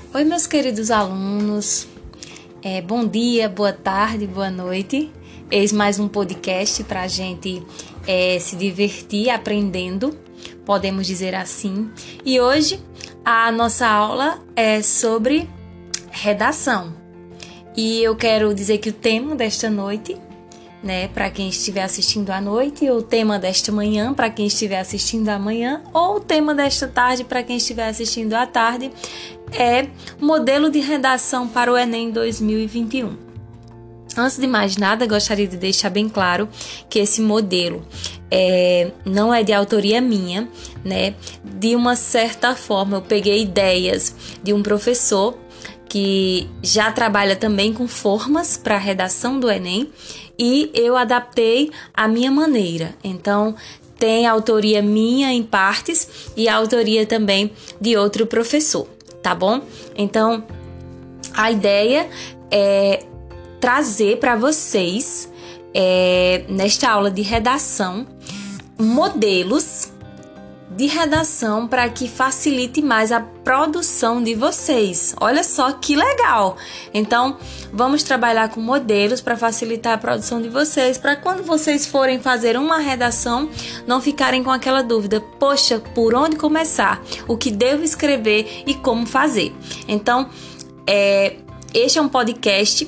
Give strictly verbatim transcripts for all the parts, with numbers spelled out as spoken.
Oi, meus queridos alunos, é, bom dia, boa tarde, boa noite. Eis mais um podcast para a gente é, se divertir aprendendo, podemos dizer assim. E hoje a nossa aula é sobre redação. E eu quero dizer que o tema desta noite, né, para quem estiver assistindo à noite, ou o tema desta manhã para quem estiver assistindo amanhã, ou o tema desta tarde para quem estiver assistindo à tarde, é modelo de redação para o Enem dois mil e vinte e um. Antes de mais nada, gostaria de deixar bem claro que esse modelo é, não é de autoria minha, né? De uma certa forma, eu peguei ideias de um professor que já trabalha também com formas para a redação do Enem e eu adaptei à minha maneira. Então, tem autoria minha em partes e a autoria também de outro professor, tá bom? Então, a ideia é trazer para vocês, é, nesta aula de redação, modelos de redação para que facilite mais a produção de vocês. Olha só que legal! Então, vamos trabalhar com modelos para facilitar a produção de vocês, para quando vocês forem fazer uma redação, não ficarem com aquela dúvida: poxa, por onde começar? O que devo escrever e como fazer? Então, é, este é um podcast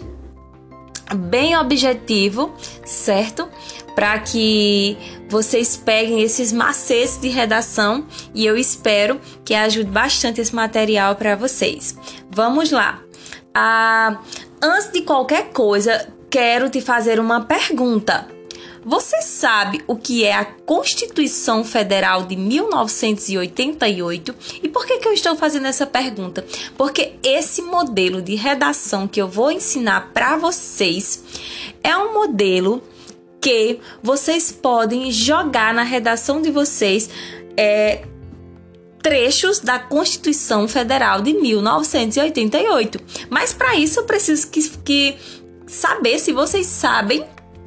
bem objetivo, certo? Para que vocês peguem esses macetes de redação e eu espero que ajude bastante esse material para vocês. Vamos lá. Ah, antes de qualquer coisa, quero te fazer uma pergunta. Você sabe o que é a Constituição Federal de mil novecentos e oitenta e oito? E por que que eu estou fazendo essa pergunta? Porque esse modelo de redação que eu vou ensinar para vocês é um modelo que vocês podem jogar na redação de vocês é, trechos da Constituição Federal de mil novecentos e oitenta e oito. Mas para isso eu preciso que, que saber se vocês sabem,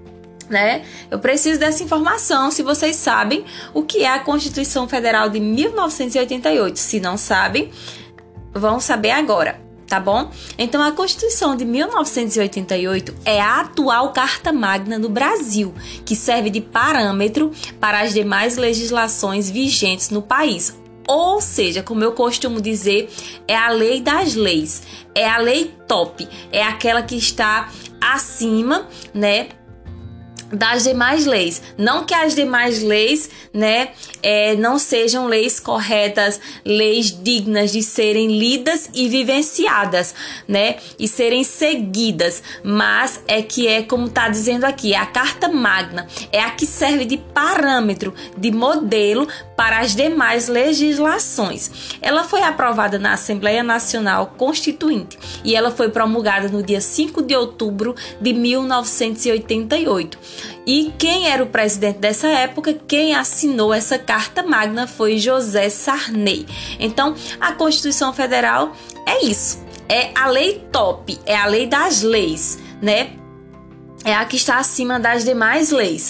né? Eu preciso dessa informação, se vocês sabem o que é a Constituição Federal de mil novecentos e oitenta e oito. Se não sabem, vão saber agora. Tá bom? Então, a Constituição de mil novecentos e oitenta e oito é a atual Carta Magna do Brasil, que serve de parâmetro para as demais legislações vigentes no país. Ou seja, como eu costumo dizer, é a lei das leis, é a lei top, é aquela que está acima, né, das demais leis. Não que as demais leis, né, é, não sejam leis corretas, leis dignas de serem lidas e vivenciadas, né, e serem seguidas, mas é que é como está dizendo aqui, a Carta Magna é a que serve de parâmetro, de modelo para as demais legislações. Ela foi aprovada na Assembleia Nacional Constituinte e ela foi promulgada no dia cinco de outubro de mil novecentos e oitenta e oito. E quem era o presidente dessa época, quem assinou essa Carta Magna foi José Sarney. Então, a Constituição Federal é isso, é a lei top, é a lei das leis, né? É a que está acima das demais leis.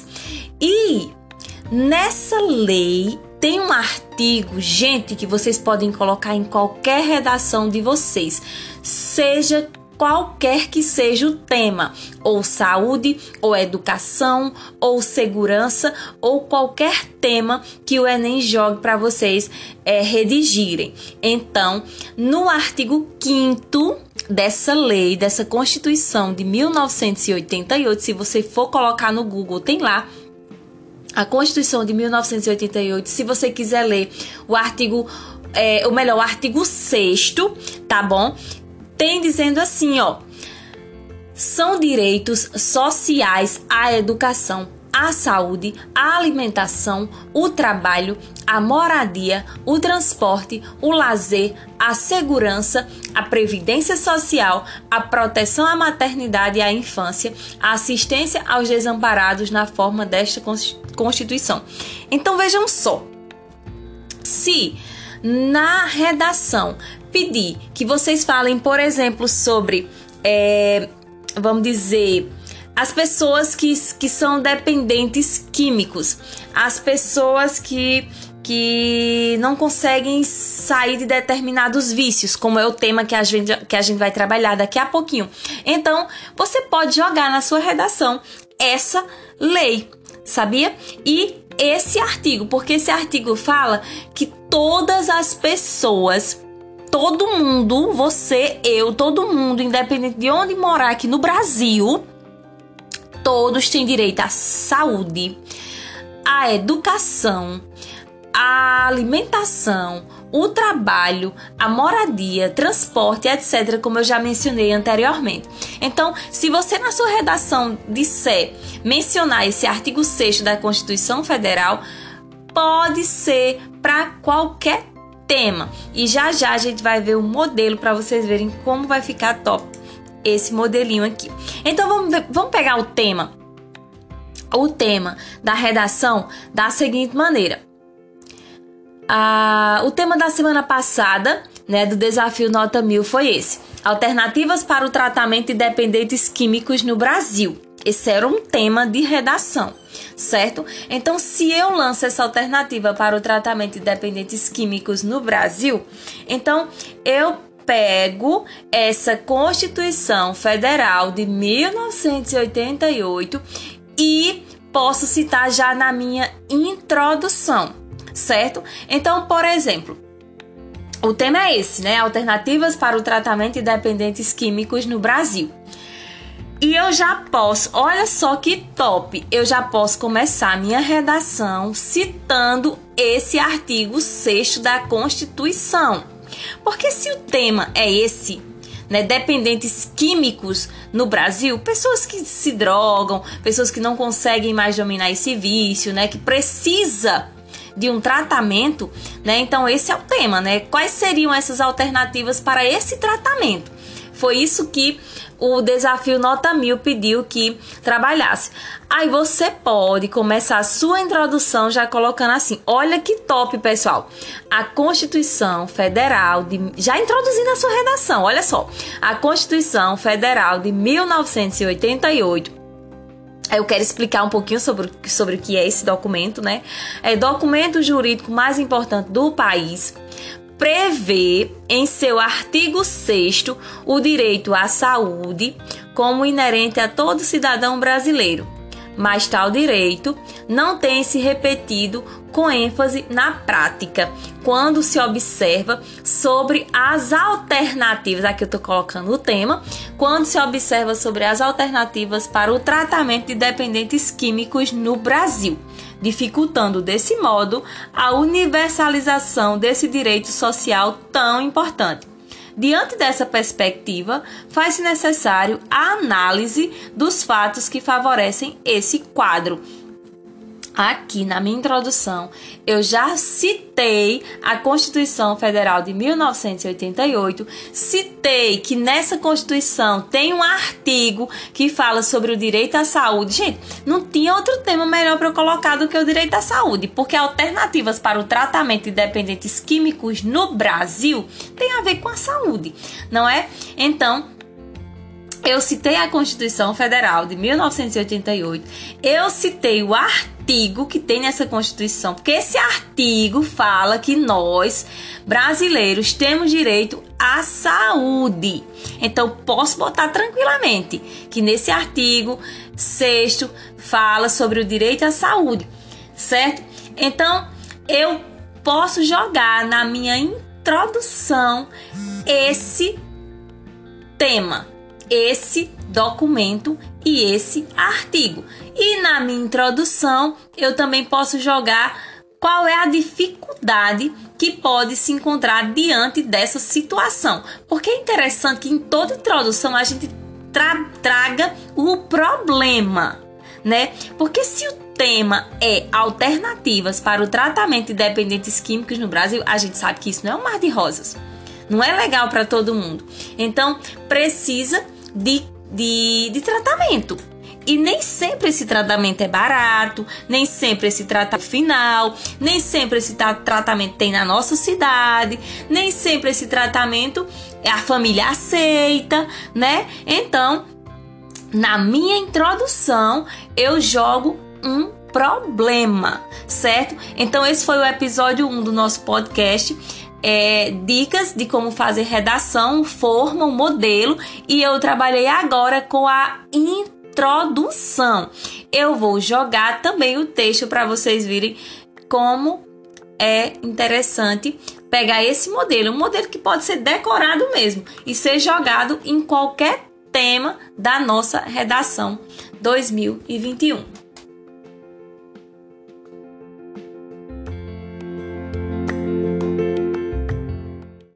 E nessa lei tem um artigo, gente, que vocês podem colocar em qualquer redação de vocês, seja qualquer que seja o tema, ou saúde, ou educação, ou segurança, ou qualquer tema que o Enem jogue para vocês é, redigirem. Então, no artigo quinto dessa lei, dessa Constituição de mil novecentos e oitenta e oito, se você for colocar no Google, tem lá a Constituição de mil novecentos e oitenta e oito. Se você quiser ler o artigo, é, ou melhor, o artigo sexto, tá bom? Tem dizendo assim, ó: são direitos sociais à educação, à saúde, à alimentação, o trabalho, a moradia, o transporte, o lazer, a segurança, a previdência social, a proteção à maternidade e à infância, a assistência aos desamparados na forma desta Constituição. Então vejam só, se na redação pedir que vocês falem, por exemplo, sobre, é, vamos dizer, as pessoas que, que são dependentes químicos, as pessoas que, que não conseguem sair de determinados vícios, como é o tema que a gente, que a gente vai trabalhar daqui a pouquinho. Então, você pode jogar na sua redação essa lei, sabia? E esse artigo, porque esse artigo fala que todas as pessoas, todo mundo, você, eu, todo mundo, independente de onde morar aqui no Brasil, todos têm direito à saúde, à educação, à alimentação, o trabalho, a moradia, transporte, etcétera, como eu já mencionei anteriormente. Então, se você na sua redação disser, mencionar esse artigo sexto da Constituição Federal, pode ser para qualquer tema. E já já a gente vai ver o modelo para vocês verem como vai ficar top esse modelinho aqui. Então, vamos, ver, vamos pegar o tema, o tema da redação da seguinte maneira. Ah, o tema da semana passada, né, do desafio Nota Mil foi esse: alternativas para o tratamento de dependentes químicos no Brasil. Esse era um tema de redação, certo? Então, se eu lanço essa alternativa para o tratamento de dependentes químicos no Brasil, então eu pego essa Constituição Federal de mil novecentos e oitenta e oito e posso citar já na minha introdução. Certo? Então, por exemplo, o tema é esse, né? Alternativas para o tratamento de dependentes químicos no Brasil. E eu já posso, olha só que top, eu já posso começar a minha redação citando esse artigo sexto da Constituição. Porque se o tema é esse, né, dependentes químicos no Brasil, pessoas que se drogam, pessoas que não conseguem mais dominar esse vício, né, que precisa de um tratamento, né? Então esse é o tema, né? Quais seriam essas alternativas para esse tratamento? Foi isso que o desafio Nota Mil pediu que trabalhasse. Aí você pode começar a sua introdução já colocando assim: olha que top, pessoal, a Constituição Federal de... já introduzindo a sua redação, olha só, a Constituição Federal de mil novecentos e oitenta e oito. Eu quero explicar um pouquinho sobre, sobre o que é esse documento, né? É documento jurídico mais importante do país. Prevê em seu artigo sexto o direito à saúde como inerente a todo cidadão brasileiro. Mas tal direito não tem se repetido com ênfase na prática, quando se observa sobre as alternativas, aqui eu estou colocando o tema, quando se observa sobre as alternativas para o tratamento de dependentes químicos no Brasil, dificultando desse modo a universalização desse direito social tão importante. Diante dessa perspectiva, faz-se necessário a análise dos fatos que favorecem esse quadro. Aqui na minha introdução, eu já citei a Constituição Federal de mil novecentos e oitenta e oito, citei que nessa Constituição tem um artigo que fala sobre o direito à saúde. Gente, não tinha outro tema melhor para eu colocar do que o direito à saúde, porque alternativas para o tratamento de dependentes químicos no Brasil tem a ver com a saúde, não é? Então, eu citei a Constituição Federal de mil novecentos e oitenta e oito, eu citei o artigo que tem nessa Constituição, porque esse artigo fala que nós, brasileiros, temos direito à saúde. Então, posso botar tranquilamente que nesse artigo sexto fala sobre o direito à saúde, certo? Então, eu posso jogar na minha introdução esse tema, esse documento e esse artigo. E na minha introdução, eu também posso jogar qual é a dificuldade que pode se encontrar diante dessa situação. Porque é interessante que em toda introdução a gente tra- traga o problema, né? Porque se o tema é alternativas para o tratamento de dependentes químicos no Brasil, a gente sabe que isso não é um mar de rosas. Não é legal para todo mundo. Então, precisa de, de, de tratamento. E nem sempre esse tratamento é barato, nem sempre esse tratamento é final, nem sempre esse tra- tratamento tem na nossa cidade, nem sempre esse tratamento a família aceita, né? Então, na minha introdução, eu jogo um problema, certo? Então esse foi o episódio um do nosso podcast. É, dicas de como fazer redação, forma, um modelo, e eu trabalhei agora com a introdução. Eu vou jogar também o texto para vocês verem como é interessante pegar esse modelo, um modelo que pode ser decorado mesmo e ser jogado em qualquer tema da nossa redação dois mil e vinte e um.